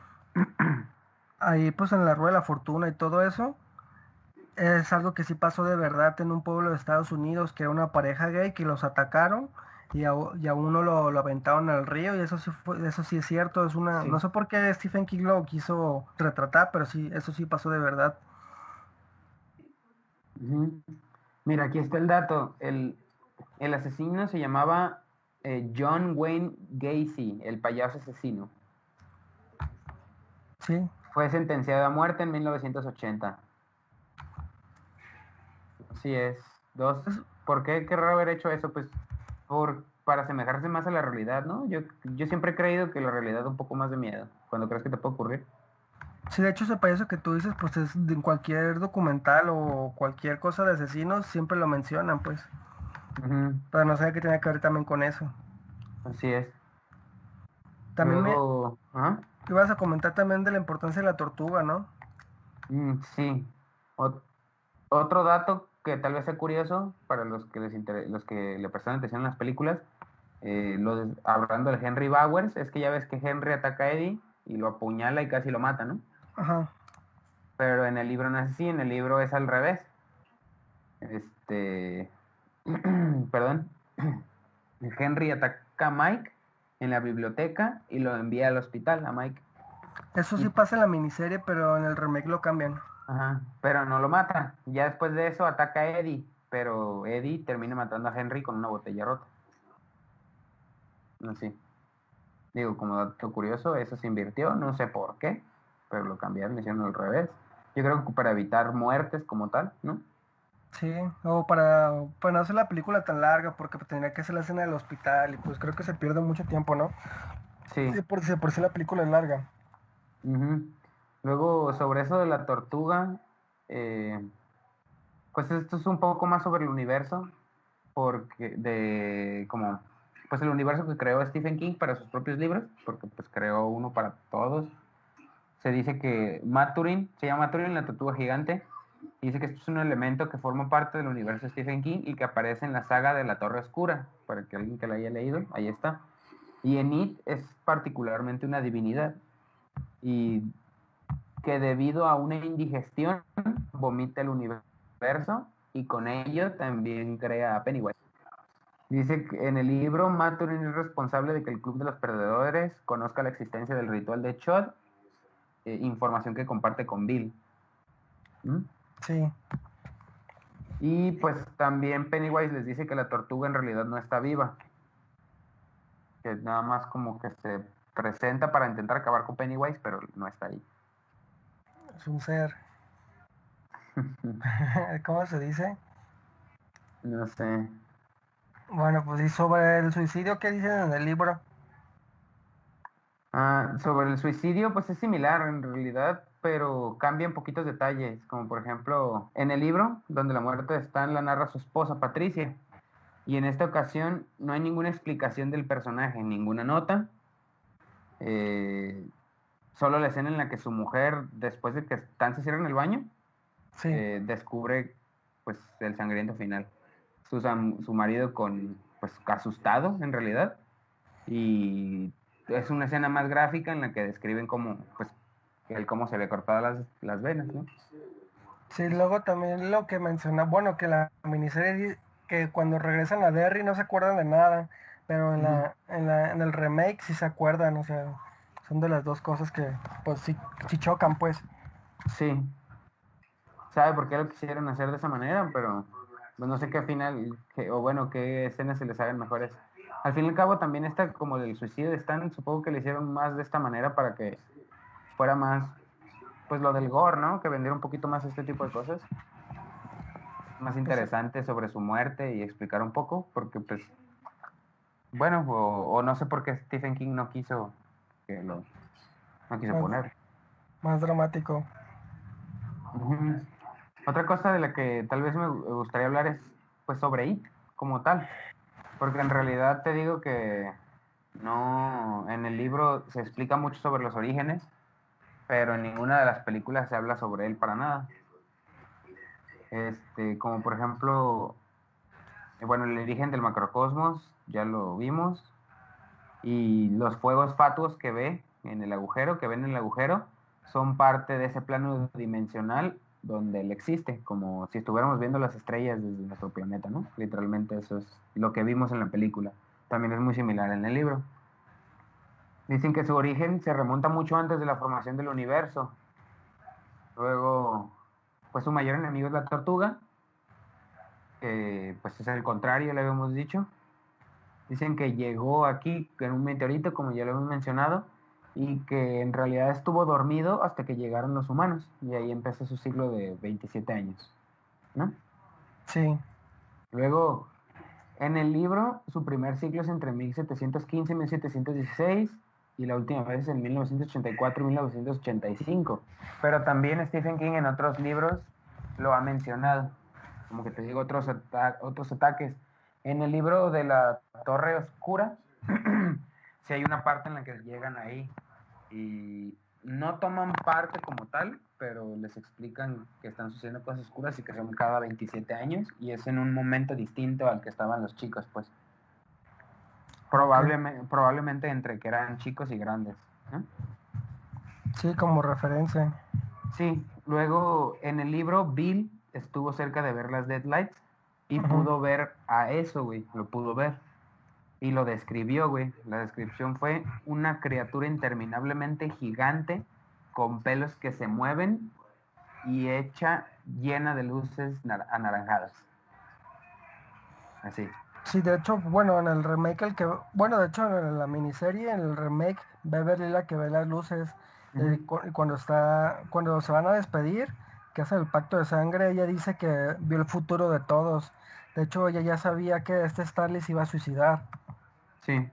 ahí pues en la Rueda de la Fortuna y todo eso, es algo que sí pasó de verdad en un pueblo de Estados Unidos, que era una pareja gay que los atacaron y a uno lo aventaron al río y eso sí es cierto, no sí. sé por qué Stephen King lo quiso retratar, pero sí, eso sí pasó de verdad. Ujú. Mira, aquí está el dato. El asesino se llamaba John Wayne Gacy, el payaso asesino. Sí, Fue sentenciado a muerte en 1980. Así es. Dos. ¿Por qué querrá haber hecho eso? Pues para asemejarse más a la realidad, ¿no? Yo siempre he creído que la realidad da un poco más de miedo. Cuando crees que te puede ocurrir. sí, de hecho ese payaso que tú dices, pues es en cualquier documental o cualquier cosa de asesinos, siempre lo mencionan, pues. Ujú. Pero no sé qué tiene que ver también con eso. Así es. También me Luego, ¿ah? ibas a comentar también de la importancia de la tortuga, ¿no? Sí. Ot- Otro dato que tal vez sea curioso para los que le prestan atención en las películas, hablando de Henry Bowers, es que ya ves que Henry ataca a Eddie y lo apuñala y casi lo mata, ¿no? Ajá. Pero en el libro no es así, en el libro es al revés. Este, perdón, Henry ataca a Mike en la biblioteca y lo envía al hospital a Mike. Eso sí Y, pasa en la miniserie, pero en el remake lo cambian. ajá, pero no lo mata. Ya después de eso ataca a Eddie, pero Eddie termina matando a Henry con una botella rota. Así. Digo, como dato curioso, eso se invirtió, no sé por qué, pero lo cambiaron, hicieron al revés. Yo creo que para evitar muertes como tal, ¿no? Sí, o para no hacer la película tan larga, porque pues, tendría que hacer la escena del hospital y pues creo que se pierde mucho tiempo, ¿no? Sí. Sí, por si la película es larga. Ujú. Luego, sobre eso de la tortuga, eh, pues esto es un poco más sobre el universo, porque como, pues el universo que creó Stephen King para sus propios libros, porque pues creó uno para todos. Se dice que Maturin, se llama Maturin la tortuga gigante, y dice que esto es un elemento que forma parte del universo de Stephen King y que aparece en la saga de La Torre Oscura, para que alguien que la haya leído, ahí está. Y en It es particularmente una divinidad, y que debido a una indigestión vomita el universo y con ello también crea a Pennywise. Dice que en el libro Maturin es responsable de que el Club de los Perdedores conozca la existencia del ritual de Chod, información que comparte con Bill. ¿Mm? Sí, Y pues también Pennywise les dice que la tortuga en realidad no está viva, que nada más como que se presenta para intentar acabar con Pennywise, pero no está ahí. es un ser. ¿Cómo se dice? No sé. Bueno, pues y sobre el suicidio, ¿qué dicen en el libro? Sobre el suicidio, pues es similar en realidad, pero cambian poquitos detalles, como por ejemplo en el libro, donde la muerte de Stan la narra su esposa Patricia, y en esta ocasión no hay ninguna explicación del personaje, ninguna nota, eh, solo la escena en la que su mujer, después de que Stan se cierra en el baño, Sí, descubre pues el sangriento final. Su marido pues asustado en realidad, y es una escena más gráfica en la que describen pues, cómo se le cortaban las venas, ¿no? sí, luego también lo que menciona, bueno, que la miniserie, que cuando regresan a Derry no se acuerdan de nada, pero Ujú. en el remake sí se acuerdan, o sea, son de las dos cosas que, pues sí, sí chocan, pues. Sí, sabe por qué lo quisieron hacer de esa manera, pero pues, no sé qué final, o bueno, qué escenas se les hagan mejores. Al fin y al cabo, también está como del suicidio de Stan, supongo que le hicieron más de esta manera para que fuera más, pues lo del gore, ¿no? Que vendiera un poquito más este tipo de cosas, más Eso, interesante sobre su muerte y explicar un poco, porque pues, bueno, o no sé por qué Stephen King que lo, no quiso más, poner. más dramático. Ujú. Otra cosa de la que tal vez me gustaría hablar es pues sobre It como tal, porque en realidad te digo que no, en el libro se explica mucho sobre los orígenes, pero en ninguna de las películas se habla sobre él para nada. Como por ejemplo, bueno, el origen del macrocosmos, ya lo vimos, y los fuegos fatuos que ve en el agujero, que ven en el agujero, son parte de ese plano dimensional donde él existe, como si estuviéramos viendo las estrellas desde nuestro planeta, ¿no? Literalmente eso es lo que vimos en la película. También es muy similar en el libro. Dicen que su origen se remonta mucho antes de la formación del universo. Luego, pues su mayor enemigo es la tortuga, que pues es el contrario, le habíamos dicho. Dicen que llegó aquí en un meteorito, como ya lo hemos mencionado, y que en realidad estuvo dormido hasta que llegaron los humanos, y ahí empezó su ciclo de 27 años, ¿no? Sí, Luego, en el libro, su primer ciclo es entre 1715 y 1716, y la última vez en 1984 y 1985. Pero también Stephen King en otros libros lo ha mencionado, como que te digo, otros ataques. En el libro de la Torre Oscura, sí hay una parte en la que llegan ahí y no toman parte como tal, pero les explican que están sucediendo cosas oscuras y que son cada 27 años y es en un momento distinto al que estaban los chicos, pues. Probablemente entre que eran chicos y grandes, ¿no? sí, como referencia. Sí, luego en el libro Bill estuvo cerca de ver las Deadlights y Ujú. pudo ver a eso, güey, lo pudo ver. Y lo describió, güey. La descripción fue una criatura interminablemente gigante con pelos que se mueven y hecha llena de luces anaranjadas. Así. Sí, de hecho, bueno, en el remake, bueno, de hecho, en la miniserie, en el remake, Beverly la que ve las luces, Ujú. cuando se van a despedir, que hacen el pacto de sangre, ella dice que vio el futuro de todos. De hecho, ella ya sabía que este Starly se iba a suicidar. Sí,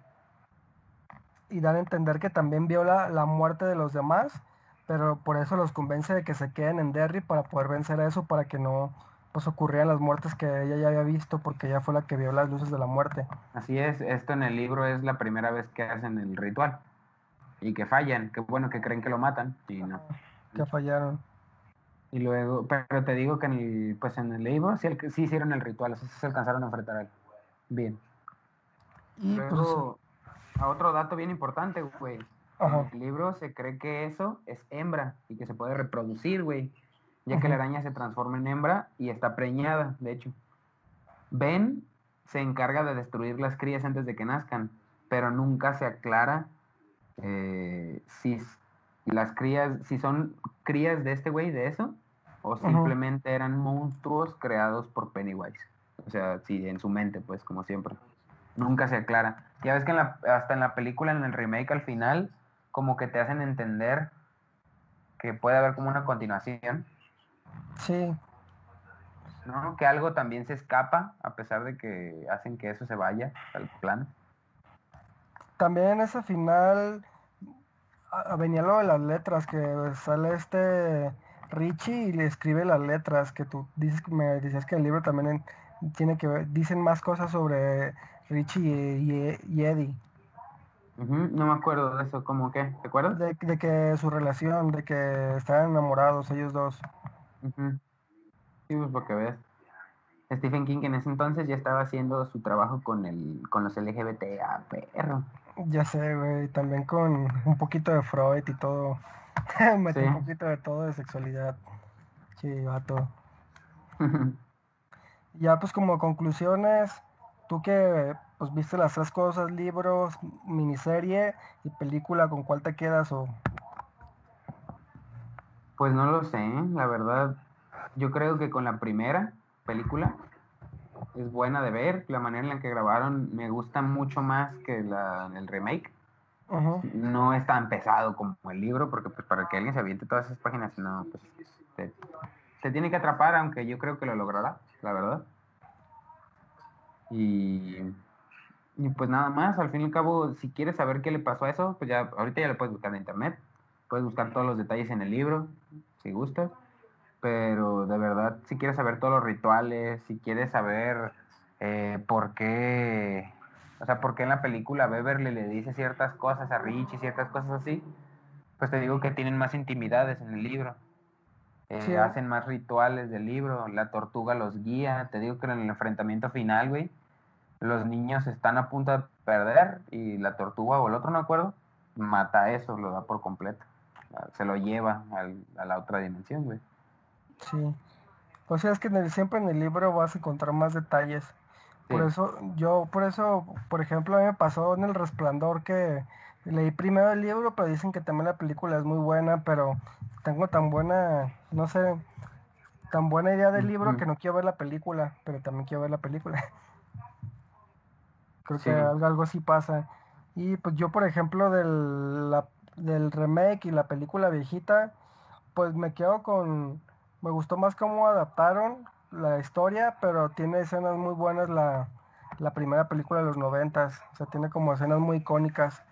Y dan a entender que también vio la muerte de los demás, pero por eso los convence de que se queden en Derry para poder vencer eso, para que no pues ocurrieran las muertes que ella ya había visto, porque ella fue la que vio las luces de la muerte. así es. Esto en el libro es la primera vez que hacen el ritual y que fallan. Que bueno, que creen que lo matan y no. Que fallaron. Y luego, pero te digo que pues en el libro sí hicieron el ritual, así se alcanzaron a enfrentar a él. Bien. Y pues, Luego, a otro dato bien importante, güey. En ajá, el libro se cree que eso es hembra y que se puede reproducir, güey, ya que la ujú, araña se transforma en hembra y está preñada, de hecho. Ben se encarga de destruir las crías antes de que nazcan, pero nunca se aclara si las crías, si son crías de este güey, de eso, o ujú. simplemente eran monstruos creados por Pennywise. O sea, sí, en su mente, pues, como siempre. Nunca se aclara. Ya ves que hasta en la película, en el remake, al final, como que te hacen entender que puede haber como una continuación, Sí, ¿no? Que algo también se escapa, a pesar de que hacen que eso se vaya al plan. también en ese final venía lo de las letras, que sale este Richie y le escribe las letras, que tú dices, me decías que el libro también tiene que ver, dicen más cosas sobre Richie y Eddie. Ujú, no me acuerdo de eso, ¿cómo qué? ¿Te acuerdas? De que su relación, de que estaban enamorados ellos dos. Ujú. Sí, pues porque ves. Stephen King en ese entonces ya estaba haciendo su trabajo con los LGBT, perro. Ya sé, güey, también con un poquito de Freud y todo. Sí. Mete un poquito de todo de sexualidad. Sí, vato. Ya pues como conclusiones, tú que pues viste las tres cosas, libros, miniserie y película, ¿con cuál te quedas? O Pues no lo sé, ¿eh? La verdad. Yo creo que con la primera película es buena de ver. La manera en la que grabaron me gusta mucho más que el remake. ujú, No es tan pesado como el libro, porque pues para que alguien se aviente todas esas páginas, no, pues te, te tiene que atrapar, aunque yo creo que lo logrará, la verdad. Y, y pues nada más, al fin y al cabo, si quieres saber qué le pasó a eso, pues ya ahorita ya lo puedes buscar en internet, puedes buscar todos los detalles en el libro, si gustas, pero de verdad, si quieres saber todos los rituales, si quieres saber por qué, o sea, por qué en la película Beverly le dice ciertas cosas a Rich y ciertas cosas así, pues te digo que tienen más intimidades en el libro. sí, Hacen más rituales del libro, la tortuga los guía, te digo que en el enfrentamiento final, güey, los niños están a punto de perder y la tortuga o el otro, no me acuerdo, mata eso, lo da por completo. Se lo lleva a la otra dimensión, güey. sí. O sea, es que siempre en el libro vas a encontrar más detalles. Sí. Por eso, por ejemplo, a mí me pasó en El Resplandor que leí primero el libro, pero dicen que también la película es muy buena, pero tengo tan buena, no sé, tan buena idea del libro Ujú. que no quiero ver la película, pero también quiero ver la película. Creo que Sí, algo así pasa. Y pues yo, por ejemplo, del remake y la película viejita, pues me quedo con... Me gustó más cómo adaptaron la historia, pero tiene escenas muy buenas la primera película de los 90. O sea, tiene como escenas muy icónicas.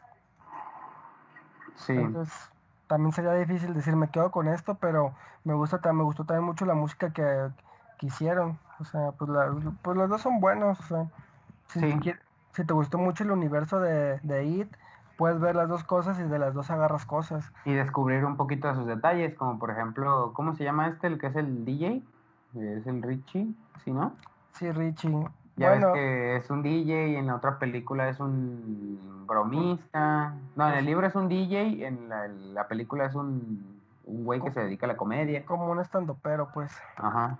sí, Entonces, también sería difícil decir me quedo con esto, pero me gustó también mucho la música que hicieron. O sea, pues los dos son buenos. O sea, si te, sí. quie- si te gustó mucho el universo de It, puedes ver las dos cosas y de las dos agarras cosas. Y descubrir un poquito de sus detalles, como por ejemplo, ¿cómo se llama este, el que es el DJ? Es el Richie, ¿sí, no? Sí, Richie. Ya ves Bueno, que es un DJ, y en la otra película es un bromista. No, en el pues libro es un DJ, en la película es un güey que co- se dedica a la comedia. como un estandopero, pues. Ajá.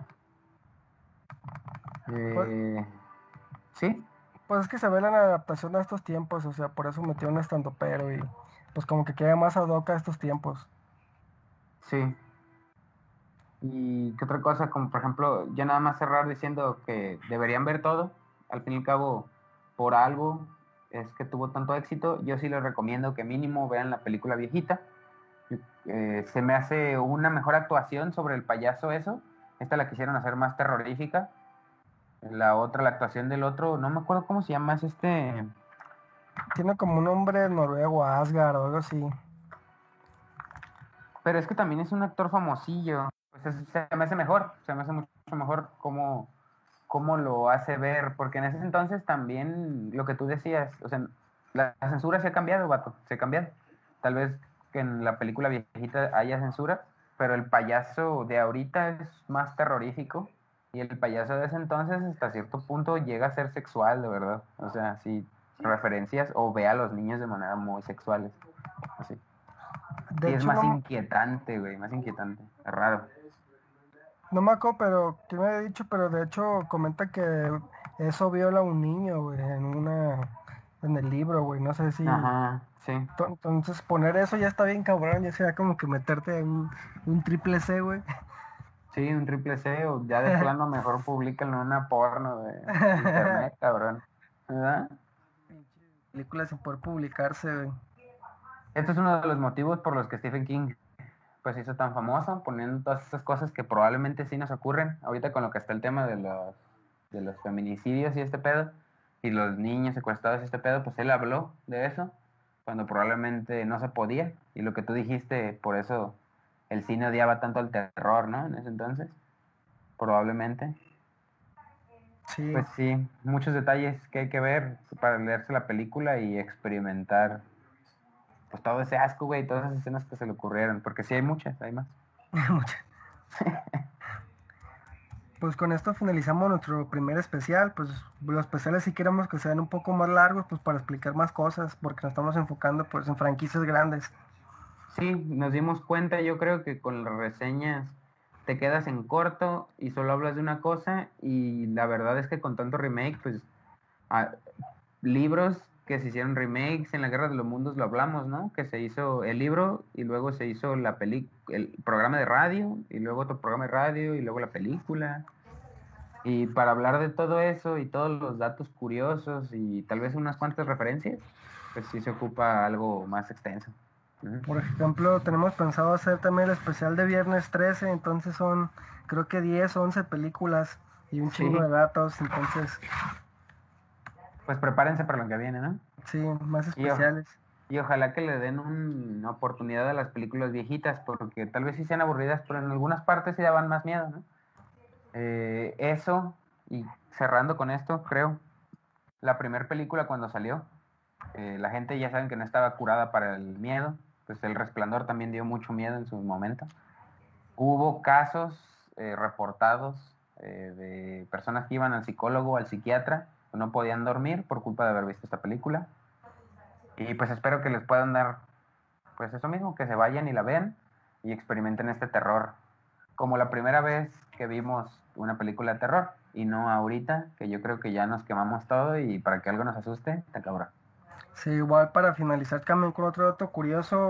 Pues, Eh, sí, pues es que se ve la adaptación a estos tiempos, o sea, por eso metió un estandopero y pues como que queda más ad hoc a estos tiempos. sí. Y qué otra cosa, como por ejemplo, ya nada más cerrar diciendo que deberían ver todo. Al fin y al cabo, por algo es que tuvo tanto éxito. Yo sí les recomiendo que mínimo vean la película viejita. Se me hace una mejor actuación sobre el payaso eso. Esta la quisieron hacer más terrorífica. La otra, la actuación del otro, no me acuerdo cómo se llama, es este... Tiene como un nombre noruego, Asgard o algo así. Pero es que también es un actor famosillo. Pues se me hace mejor, se me hace mucho mejor cómo lo hace ver, porque en ese entonces también lo que tú decías, o sea, la censura se ha cambiado, vato, se ha cambiado. Tal vez que en la película viejita haya censura, pero el payaso de ahorita es más terrorífico y el payaso de ese entonces hasta cierto punto llega a ser sexual, de verdad. O sea, sí, referencias o ve a los niños de manera muy sexuales, así. De Sí, es hecho, más no, inquietante, güey, más inquietante. Es raro. no me acuerdo, pero que me había dicho, pero de hecho comenta que eso viola a un niño, güey, en el libro, güey. No sé si. Ajá, sí. Entonces poner eso ya está bien cabrón, ya sería como que meterte un triple C, güey. Sí, un triple C o ya de plano mejor públicanlo en una porno de internet, cabrón. ¿Verdad? Pinche película sin poder publicarse, güey. Este es uno de los motivos por los que Stephen King pues se hizo tan famoso, poniendo todas esas cosas que probablemente sí nos ocurren. Ahorita con lo que está el tema de los feminicidios y este pedo, y los niños secuestrados y este pedo, pues él habló de eso, cuando probablemente no se podía. Y lo que tú dijiste, por eso el cine odiaba tanto al terror, ¿no? En ese entonces, probablemente. Sí, Pues sí, muchos detalles que hay que ver para leerse la película y experimentar pues todo ese asco, güey, todas esas escenas que se le ocurrieron, porque sí hay muchas, hay más. pues con esto finalizamos nuestro primer especial. Pues los especiales si queremos que sean un poco más largos, pues para explicar más cosas, porque nos estamos enfocando pues en franquicias grandes. Sí, nos dimos cuenta, yo creo que con las reseñas te quedas en corto y solo hablas de una cosa y la verdad es que con tanto remake, pues ah, libros que se hicieron remakes en la Guerra de los Mundos lo hablamos, ¿no? Que se hizo el libro y luego se hizo el programa de radio y luego otro programa de radio y luego la película. Y para hablar de todo eso y todos los datos curiosos y tal vez unas cuantas referencias, pues sí se ocupa algo más extenso. Ujú. Por ejemplo, tenemos pensado hacer también el especial de Viernes 13, entonces son creo que 10 o 11 películas y un chingo de Sí, datos, entonces pues prepárense para lo que viene, ¿no? sí, más Y, o- especiales. y ojalá que le den una oportunidad a las películas viejitas, porque tal vez sí sean aburridas, pero en algunas partes sí daban más miedo, ¿no? Eso, y cerrando con esto, creo, la primera película cuando salió, la gente ya saben que no estaba curada para el miedo, pues El Resplandor también dio mucho miedo en su momento. Hubo casos reportados de personas que iban al psicólogo o al psiquiatra que no podían dormir por culpa de haber visto esta película. Y pues espero que les puedan dar, pues eso mismo, que se vayan y la vean y experimenten este terror. Como la primera vez que vimos una película de terror y no ahorita, que yo creo que ya nos quemamos todo y para que algo nos asuste, te cabrón. Sí, igual para finalizar también con otro dato curioso,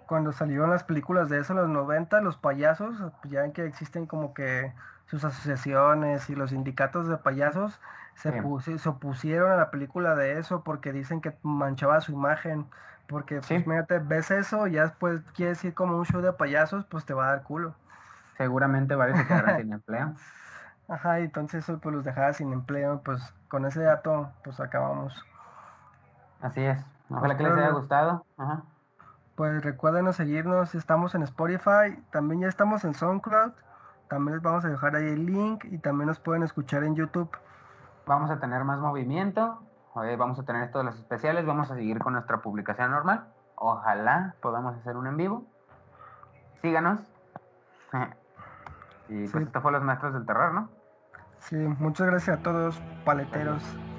cuando salieron las películas de eso en los 90, los payasos, pues ya ven que existen como que sus asociaciones y los sindicatos de payasos Sí, se opusieron a la película de eso porque dicen que manchaba su imagen. Porque, pues, sí, mírate, ves eso y ya después quieres ir como un show de payasos, pues te va a dar culo. seguramente varios se quedaron sin empleo. Ajá, y entonces eso pues los dejaba sin empleo, pues con ese dato pues acabamos. Así es. Pues, Ojalá que les haya gustado. Ajá. pues recuerden seguirnos, estamos en Spotify, también ya estamos en SoundCloud, también les vamos a dejar ahí el link y también nos pueden escuchar en YouTube. Vamos a tener más movimiento. Vamos a tener todos los especiales. Vamos a seguir con nuestra publicación normal. Ojalá podamos hacer un en vivo. Síganos. Y Sí, pues esto fue Los Maestros del Terror, ¿no? sí, muchas gracias a todos, Gracias. paleteros.